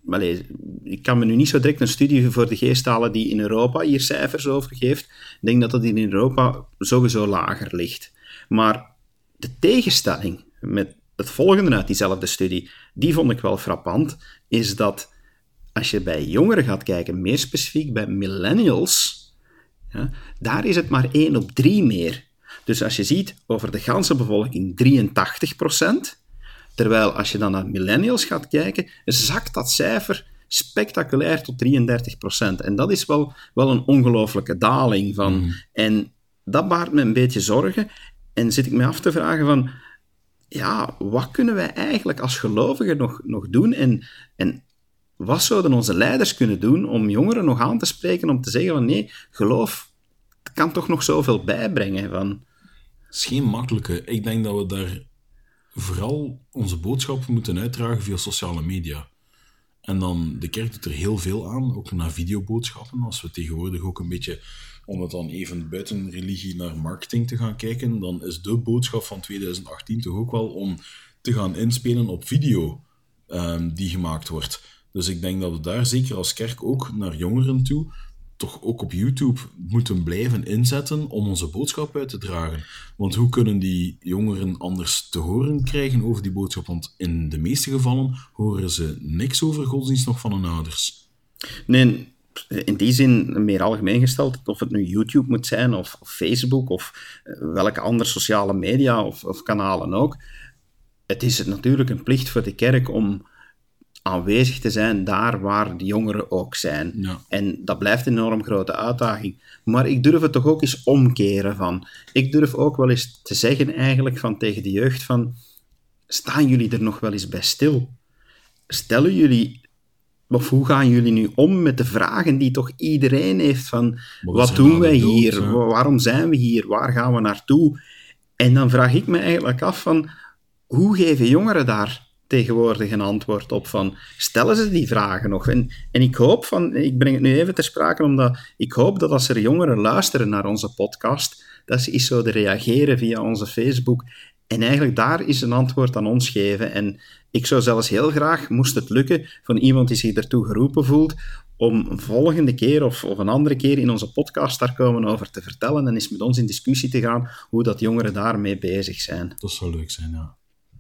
ik kan me nu niet zo direct een studie voor de geest halen die in Europa hier cijfers over geeft. Ik denk dat dat in Europa sowieso lager ligt. Maar de tegenstelling met het volgende uit diezelfde studie, die vond ik wel frappant, is dat als je bij jongeren gaat kijken, meer specifiek bij millennials, ja, daar is het maar 1 op 3 meer. Dus als je ziet, over de ganse bevolking 83%, terwijl als je dan naar millennials gaat kijken, zakt dat cijfer spectaculair tot 33%. En dat is wel een ongelooflijke daling van. En dat baart me een beetje zorgen. En zit ik me af te vragen van, ja, wat kunnen wij eigenlijk als gelovigen nog doen? En wat zouden onze leiders kunnen doen om jongeren nog aan te spreken, om te zeggen van nee, geloof kan toch nog zoveel bijbrengen? Van... Het is geen makkelijke. Ik denk dat we daar vooral onze boodschappen moeten uitdragen via sociale media. En dan, de kerk doet er heel veel aan, ook naar videoboodschappen. Als we tegenwoordig ook een beetje, om het dan even buiten religie naar marketing te gaan kijken, dan is de boodschap van 2018 toch ook wel om te gaan inspelen op video die gemaakt wordt. Dus ik denk dat we daar zeker als kerk ook naar jongeren toe, toch ook op YouTube moeten blijven inzetten om onze boodschap uit te dragen. Want hoe kunnen die jongeren anders te horen krijgen over die boodschap? Want in de meeste gevallen horen ze niks over godsdienst nog van hun ouders. Nee, in die zin meer algemeen gesteld, of het nu YouTube moet zijn, of Facebook, of welke andere sociale media of kanalen ook. Het is natuurlijk een plicht voor de kerk om aanwezig te zijn daar waar de jongeren ook zijn. Ja. En dat blijft een enorm grote uitdaging. Maar ik durf het toch ook eens omkeren van. Ik durf ook wel eens te zeggen eigenlijk van tegen de jeugd van, staan jullie er nog wel eens bij stil? Stellen jullie, of hoe gaan jullie nu om met de vragen die toch iedereen heeft van, wat doen wij hier? Waarom zijn we hier? Waar gaan we naartoe? En dan vraag ik me eigenlijk af van, hoe geven jongeren daar tegenwoordig een antwoord op van, stellen ze die vragen nog? En ik hoop van, ik breng het nu even ter sprake, omdat ik hoop dat als er jongeren luisteren naar onze podcast, dat ze eens zouden reageren via onze Facebook en eigenlijk daar is een antwoord aan ons geven. En ik zou zelfs heel graag, moest het lukken, van iemand die zich daartoe geroepen voelt, om een volgende keer of een andere keer in onze podcast daar komen over te vertellen en eens met ons in discussie te gaan hoe dat jongeren daarmee bezig zijn. Dat zou leuk zijn, ja.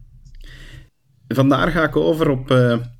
Vandaar ga ik over op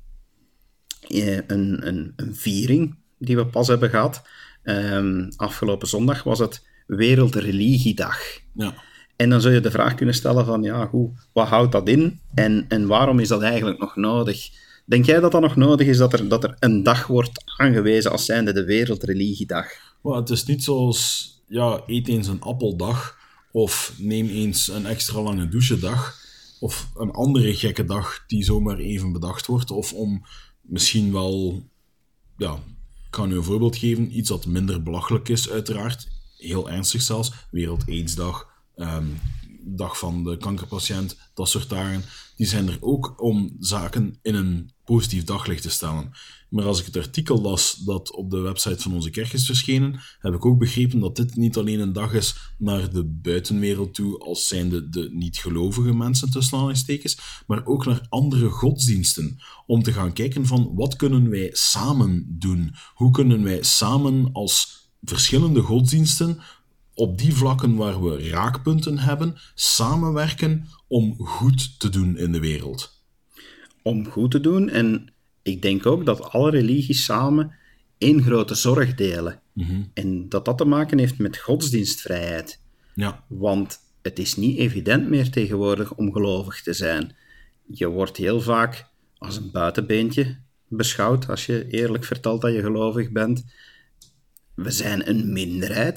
een viering die we pas hebben gehad. Afgelopen zondag was het Wereldreligiedag. Ja. En dan zou je de vraag kunnen stellen van, ja, wat houdt dat in? En waarom is dat eigenlijk nog nodig? Denk jij dat dat nog nodig is, dat er een dag wordt aangewezen als zijnde de Wereldreligiedag? Well, het is niet zoals, ja, eet eens een appeldag, of neem eens een extra lange douchedag, of een andere gekke dag die zomaar even bedacht wordt, of om misschien wel, ja, ik kan u een voorbeeld geven, iets dat minder belachelijk is uiteraard, heel ernstig zelfs, Wereld-AIDS-dag, dag van de kankerpatiënt, dat soort dagen, die zijn er ook om zaken in een positief daglicht te stellen. Maar als ik het artikel las dat op de website van onze kerk is verschenen, heb ik ook begrepen dat dit niet alleen een dag is naar de buitenwereld toe, als zijnde de niet-gelovige mensen tussen aanhalingstekens, maar ook naar andere godsdiensten, om te gaan kijken van wat kunnen wij samen doen? Hoe kunnen wij samen als verschillende godsdiensten op die vlakken waar we raakpunten hebben, samenwerken om goed te doen in de wereld. Om goed te doen, en ik denk ook dat alle religies samen één grote zorg delen. Mm-hmm. En dat te maken heeft met godsdienstvrijheid. Ja. Want het is niet evident meer tegenwoordig om gelovig te zijn. Je wordt heel vaak als een buitenbeentje beschouwd als je eerlijk vertelt dat je gelovig bent. We zijn een minderheid.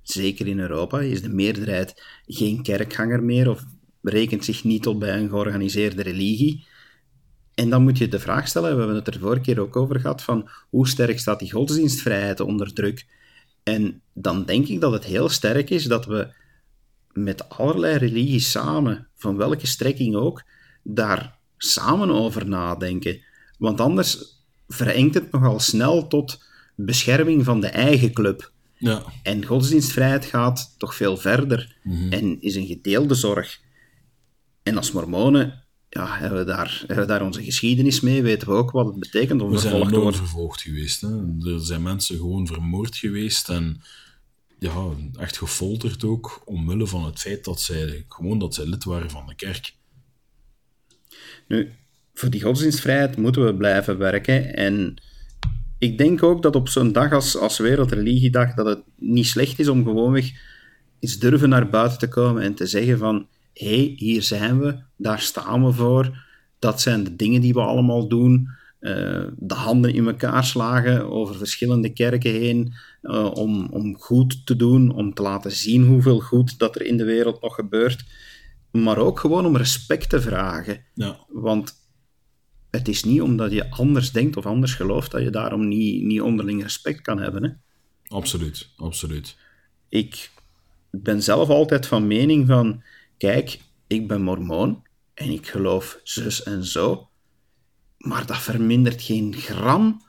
zeker in Europa, is de meerderheid geen kerkganger meer of rekent zich niet tot bij een georganiseerde religie. En dan moet je de vraag stellen, we hebben het er de vorige keer ook over gehad, van hoe sterk staat die godsdienstvrijheid onder druk? En dan denk ik dat het heel sterk is dat we met allerlei religies samen, van welke strekking ook, daar samen over nadenken. Want anders verengt het nogal snel tot bescherming van de eigen club. Ja. En godsdienstvrijheid gaat toch veel verder en is een gedeelde zorg. En als mormonen hebben we daar onze geschiedenis mee, weten we ook wat het betekent om we zijn vervolgd te enorm worden. vervolgd geweest. Hè. Er zijn mensen gewoon vermoord geweest en echt gefolterd ook, omwille van het feit dat zij lid waren van de kerk. Nu, voor die godsdienstvrijheid moeten we blijven werken. En ik denk ook dat op zo'n dag als Wereldreligiedag dat het niet slecht is om gewoonweg eens durven naar buiten te komen en te zeggen van hé, hier zijn we, daar staan we voor. Dat zijn de dingen die we allemaal doen. De handen in elkaar slagen over verschillende kerken heen om goed te doen, om te laten zien hoeveel goed dat er in de wereld nog gebeurt. Maar ook gewoon om respect te vragen. Ja. Want het is niet omdat je anders denkt of anders gelooft dat je daarom niet onderling respect kan hebben. Hè? Absoluut, absoluut. Ik ben zelf altijd van mening van, kijk, ik ben mormoon en ik geloof zus en zo, maar dat vermindert geen gram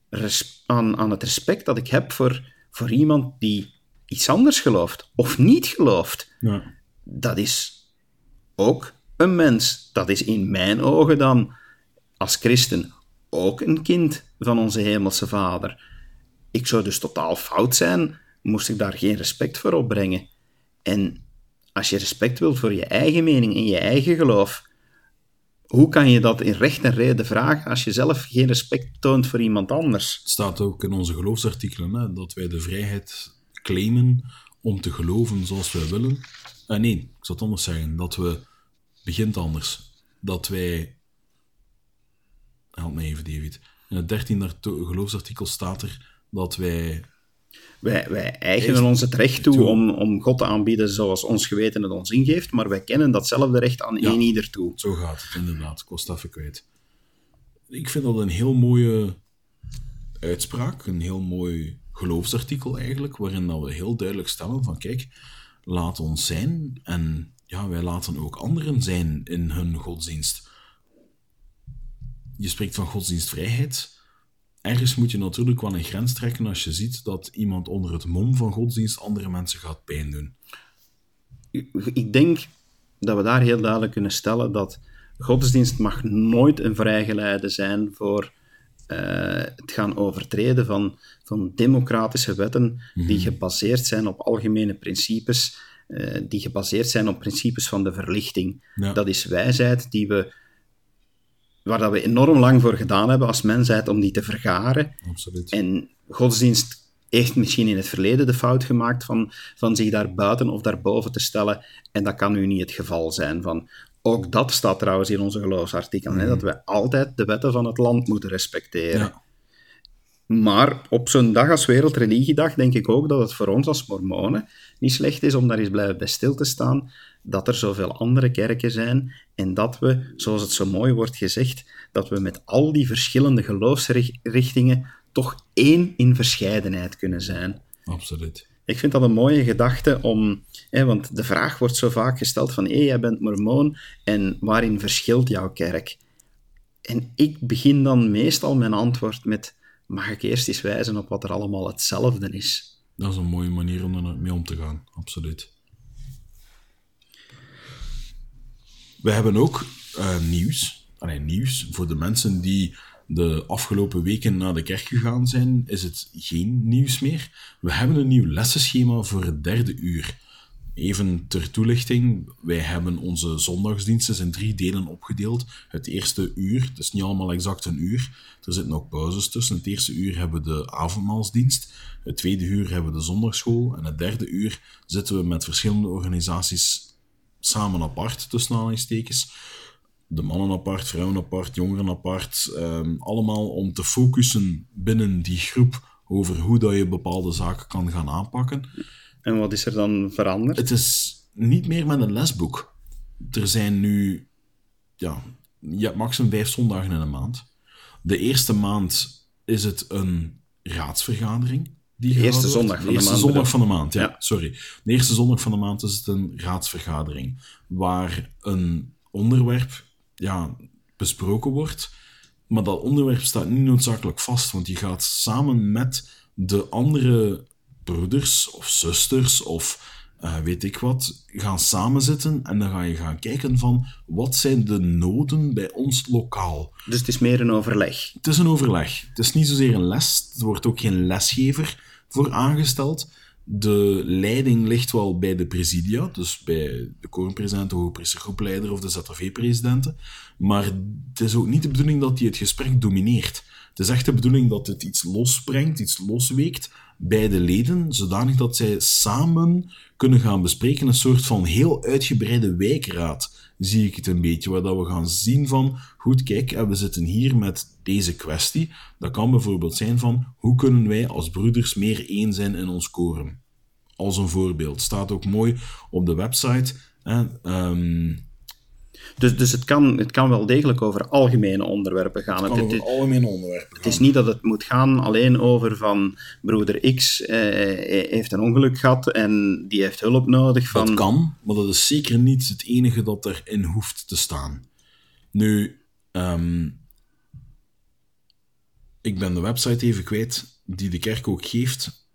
aan het respect dat ik heb voor iemand die iets anders gelooft of niet gelooft. Ja. Dat is ook een mens. Dat is in mijn ogen dan als christen ook een kind van onze hemelse Vader. Ik zou dus totaal fout zijn, moest ik daar geen respect voor opbrengen. En als je respect wilt voor je eigen mening en je eigen geloof, hoe kan je dat in recht en reden vragen als je zelf geen respect toont voor iemand anders? Het staat ook in onze geloofsartikelen hè, dat wij de vrijheid claimen om te geloven zoals wij willen. Nee, ik zou het anders zeggen. Dat we... begint anders. Dat wij... Help me even, David. In het 13e geloofsartikel staat er dat wij... Wij eigenen ons het recht toe om God te aanbieden zoals ons geweten het ons ingeeft, maar wij kennen datzelfde recht aan ieder toe. Zo gaat het inderdaad. Ik was het even kwijt. Ik vind dat een heel mooie uitspraak, een heel mooi geloofsartikel eigenlijk, waarin dat we heel duidelijk stellen van kijk, laat ons zijn en wij laten ook anderen zijn in hun godsdienst. Je spreekt van godsdienstvrijheid. Ergens moet je natuurlijk wel een grens trekken als je ziet dat iemand onder het mom van godsdienst andere mensen gaat pijn doen. Ik denk dat we daar heel duidelijk kunnen stellen dat godsdienst mag nooit een vrijgeleide zijn voor het gaan overtreden van democratische wetten die gebaseerd zijn op algemene principes, die gebaseerd zijn op principes van de verlichting. Ja. Dat is wijsheid waar dat we enorm lang voor gedaan hebben als mensheid om die te vergaren. Absoluut. En godsdienst heeft misschien in het verleden de fout gemaakt van zich daar buiten of daarboven te stellen. En dat kan nu niet het geval zijn. Ook dat staat trouwens in onze geloofsartikel, hè, dat we altijd de wetten van het land moeten respecteren. Ja. Maar op zo'n dag als Wereldreligiedag denk ik ook dat het voor ons als mormonen niet slecht is om daar eens blijven bij stil te staan, dat er zoveel andere kerken zijn en dat we, zoals het zo mooi wordt gezegd, dat we met al die verschillende geloofsrichtingen toch één in verscheidenheid kunnen zijn. Absoluut. Ik vind dat een mooie gedachte want de vraag wordt zo vaak gesteld van jij bent mormoon en waarin verschilt jouw kerk? En ik begin dan meestal mijn antwoord met mag ik eerst eens wijzen op wat er allemaal hetzelfde is? Dat is een mooie manier om er mee om te gaan, absoluut. We hebben ook nieuws. Nieuws voor de mensen die de afgelopen weken naar de kerk gegaan zijn, is het geen nieuws meer. We hebben een nieuw lessenschema voor het 3e uur. Even ter toelichting, wij hebben onze zondagsdiensten in 3 delen opgedeeld. Het eerste uur, het is niet allemaal exact een uur, er zitten ook pauzes tussen. Het eerste uur hebben we de avondmaalsdienst, het tweede uur hebben we de zondagschool en het 3e uur zitten we met verschillende organisaties samen apart, tussen aanhalingstekens. De mannen apart, vrouwen apart, jongeren apart, allemaal om te focussen binnen die groep over hoe dat je bepaalde zaken kan gaan aanpakken. En wat is er dan veranderd? Het is niet meer met een lesboek. Er zijn nu... Ja, je hebt maximum 5 zondagen in een maand. De eerste maand is het een raadsvergadering. De eerste zondag van de maand. De eerste zondag van de maand, ja, sorry. De eerste zondag van de maand is het een raadsvergadering. Waar een onderwerp besproken wordt. Maar dat onderwerp staat niet noodzakelijk vast. Want je gaat samen met de andere broeders of zusters of weet ik wat, gaan samenzitten en dan ga je gaan kijken van wat zijn de noden bij ons lokaal. Dus het is meer een overleg? Het is een overleg. Het is niet zozeer een les. Er wordt ook geen lesgever voor aangesteld. De leiding ligt wel bij de presidia, dus bij de koorpresident, de hoogpriester groepleider of de ZRV-presidenten. Maar het is ook niet de bedoeling dat die het gesprek domineert. Het is echt de bedoeling dat het iets losbrengt, iets losweekt bij de leden, zodanig dat zij samen kunnen gaan bespreken. Een soort van heel uitgebreide wijkraad, zie ik het een beetje, waar dat we gaan zien van, goed, kijk, we zitten hier met deze kwestie. Dat kan bijvoorbeeld zijn van, hoe kunnen wij als broeders meer één zijn in ons korum? Als een voorbeeld. Staat ook mooi op de website. Dus het kan wel degelijk over algemene onderwerpen gaan. Algemene onderwerpen gaan. Het is niet dat het moet gaan alleen over van broeder X heeft een ongeluk gehad en die heeft hulp nodig. Dat kan, maar dat is zeker niet het enige dat erin hoeft te staan. Nu, ik ben de website even kwijt die de kerk ook geeft.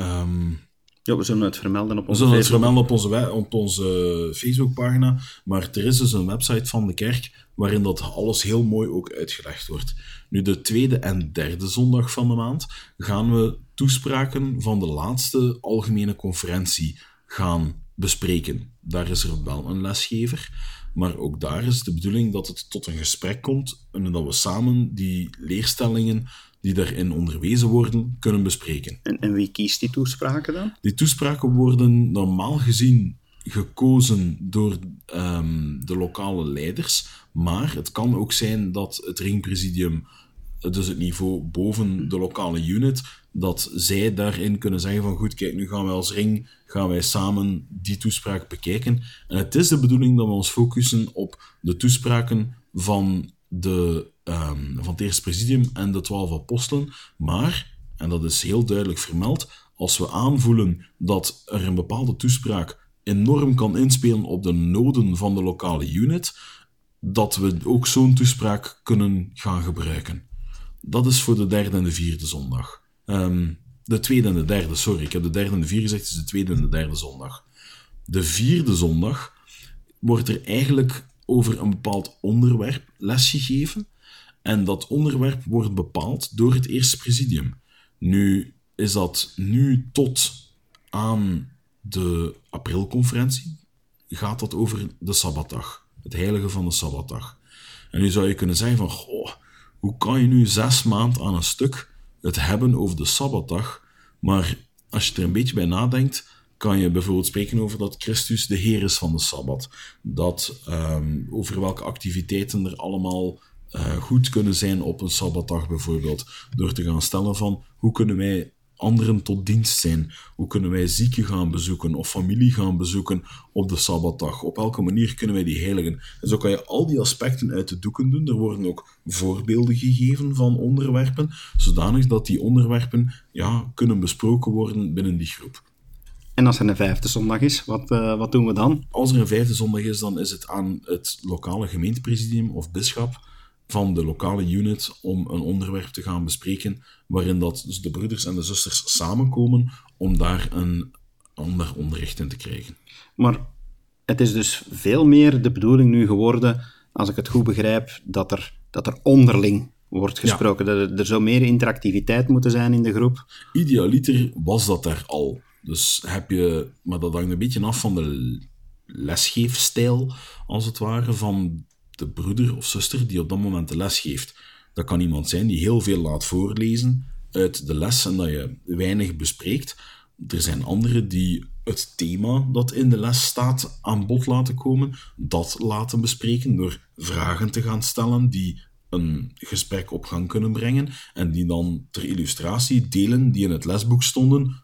Ja, we zullen het vermelden op op onze Facebookpagina. Maar er is dus een website van de kerk waarin dat alles heel mooi ook uitgelegd wordt. Nu, de tweede en derde zondag van de maand gaan we toespraken van de laatste algemene conferentie gaan bespreken. Daar is er wel een lesgever, maar ook daar is de bedoeling dat het tot een gesprek komt en dat we samen die leerstellingen die daarin onderwezen worden, kunnen bespreken. En wie kiest die toespraken dan? Die toespraken worden normaal gezien gekozen door de lokale leiders, maar het kan ook zijn dat het ringpresidium, dus het niveau boven de lokale unit, dat zij daarin kunnen zeggen van goed, kijk, nu gaan wij als ring, gaan wij samen die toespraak bekijken. En het is de bedoeling dat we ons focussen op de toespraken van het eerste presidium en de 12 apostelen, maar, en dat is heel duidelijk vermeld, als we aanvoelen dat er een bepaalde toespraak enorm kan inspelen op de noden van de lokale unit, dat we ook zo'n toespraak kunnen gaan gebruiken. Dat is voor de derde en de vierde zondag. De tweede en de derde, sorry, ik heb de derde en de vierde gezegd, het is de tweede en de derde zondag. De vierde zondag wordt er eigenlijk over een bepaald onderwerp lesgegeven. En dat onderwerp wordt bepaald door het eerste presidium. Nu is dat tot aan de aprilconferentie gaat dat over de Sabbatdag. Het heilige van de Sabbatdag. En nu zou je kunnen zeggen van, goh, hoe kan je nu 6 maanden aan een stuk het hebben over de Sabbatdag? Maar als je er een beetje bij nadenkt, kan je bijvoorbeeld spreken over dat Christus de Heer is van de Sabbat. Dat over welke activiteiten er allemaal goed kunnen zijn op een Sabbatdag bijvoorbeeld. Door te gaan stellen van, hoe kunnen wij anderen tot dienst zijn? Hoe kunnen wij zieken gaan bezoeken of familie gaan bezoeken op de Sabbatdag? Op welke manier kunnen wij die heiligen? En zo kan je al die aspecten uit de doeken doen. Er worden ook voorbeelden gegeven van onderwerpen, zodanig dat die onderwerpen kunnen besproken worden binnen die groep. En als er een vijfde zondag is, wat doen we dan? Als er een vijfde zondag is, dan is het aan het lokale gemeentepresidium of bisschop van de lokale unit om een onderwerp te gaan bespreken, waarin dat dus de broeders en de zusters samenkomen om daar onderricht in te krijgen. Maar het is dus veel meer de bedoeling nu geworden, als ik het goed begrijp, dat er onderling wordt gesproken. Ja. Dat er zo meer interactiviteit moet zijn in de groep. Idealiter was dat er al. Dus maar dat hangt een beetje af van de lesgeefstijl, als het ware, van de broeder of zuster die op dat moment de les geeft. Dat kan iemand zijn die heel veel laat voorlezen uit de les en dat je weinig bespreekt. Er zijn anderen die het thema dat in de les staat aan bod laten komen, dat laten bespreken door vragen te gaan stellen die een gesprek op gang kunnen brengen en die dan ter illustratie delen die in het lesboek stonden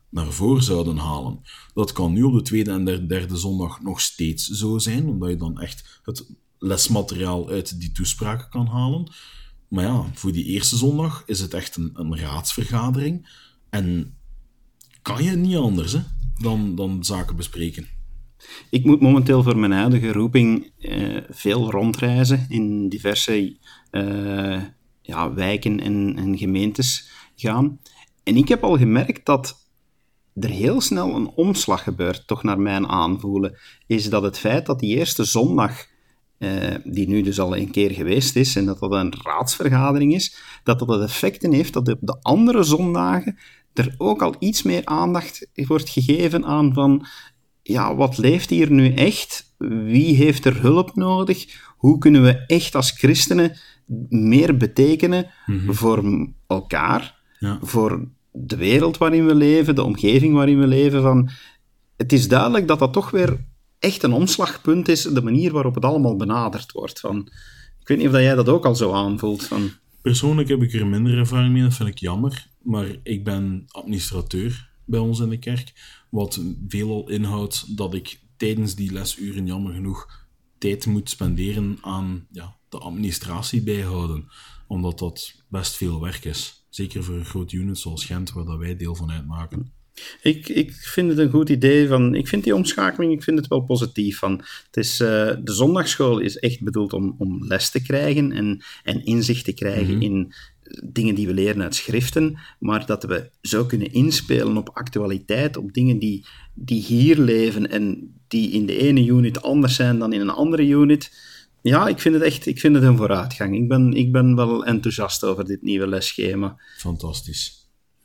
naar voren zouden halen. Dat kan nu op de tweede en derde zondag nog steeds zo zijn, omdat je dan echt het lesmateriaal uit die toespraken kan halen. Maar ja, voor die eerste zondag is het echt een raadsvergadering. En kan je niet anders dan zaken bespreken. Ik moet momenteel voor mijn huidige roeping veel rondreizen in diverse wijken en gemeentes gaan. En ik heb al gemerkt dat er heel snel een omslag gebeurt, toch naar mijn aanvoelen. Is dat het feit dat die eerste zondag, die nu dus al een keer geweest is, en dat een raadsvergadering is, dat het effecten heeft dat op de andere zondagen er ook al iets meer aandacht wordt gegeven aan van, ja, wat leeft hier nu echt? Wie heeft er hulp nodig? Hoe kunnen we echt als christenen meer betekenen voor elkaar, voor de wereld waarin we leven, de omgeving waarin we leven? Van, het is duidelijk dat dat toch weer echt een omslagpunt is, de manier waarop het allemaal benaderd wordt. Van, ik weet niet of jij dat ook al zo aanvoelt. Van... Persoonlijk heb ik er minder ervaring mee, dat vind ik jammer. Maar ik ben administrateur bij ons in de kerk, wat veelal inhoudt dat ik tijdens die lesuren jammer genoeg tijd moet spenderen aan de administratie bijhouden. Omdat dat best veel werk is. Zeker voor een groot unit zoals Gent, waar dat wij deel van uitmaken. Ik vind het een goed idee. Ik vind die omschakeling, ik vind het wel positief. Het is, de zondagsschool is echt bedoeld om les te krijgen en inzicht te krijgen in dingen die we leren uit schriften, maar dat we zo kunnen inspelen op actualiteit, op dingen die hier leven en die in de ene unit anders zijn dan in een andere unit. Ja, ik vind het een vooruitgang. Ik ben wel enthousiast over dit nieuwe lesschema. Fantastisch.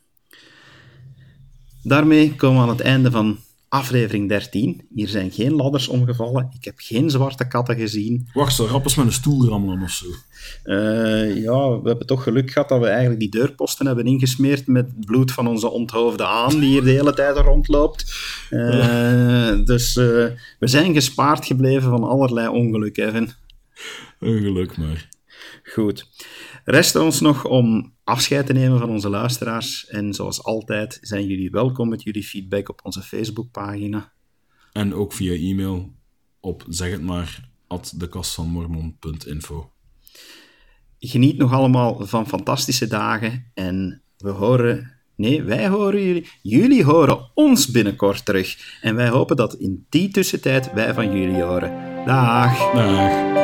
Daarmee komen we aan het einde van aflevering 13. Hier zijn geen ladders omgevallen. Ik heb geen zwarte katten gezien. Wacht, zo rap eens met een stoel rammelen of zo. We hebben toch geluk gehad dat we eigenlijk die deurposten hebben ingesmeerd met het bloed van onze onthoofde Aan, die hier de hele tijd rondloopt. Dus we zijn gespaard gebleven van allerlei ongeluk, Evan. Een geluk maar. Goed. Rest ons nog om afscheid te nemen van onze luisteraars. En zoals altijd zijn jullie welkom met jullie feedback op onze Facebookpagina. En ook via e-mail op zeghetmaar@dekastvanmormon.info. Geniet nog allemaal van fantastische dagen. En wij horen jullie. Jullie horen ons binnenkort terug. En wij hopen dat in die tussentijd wij van jullie horen. Dag! Dag!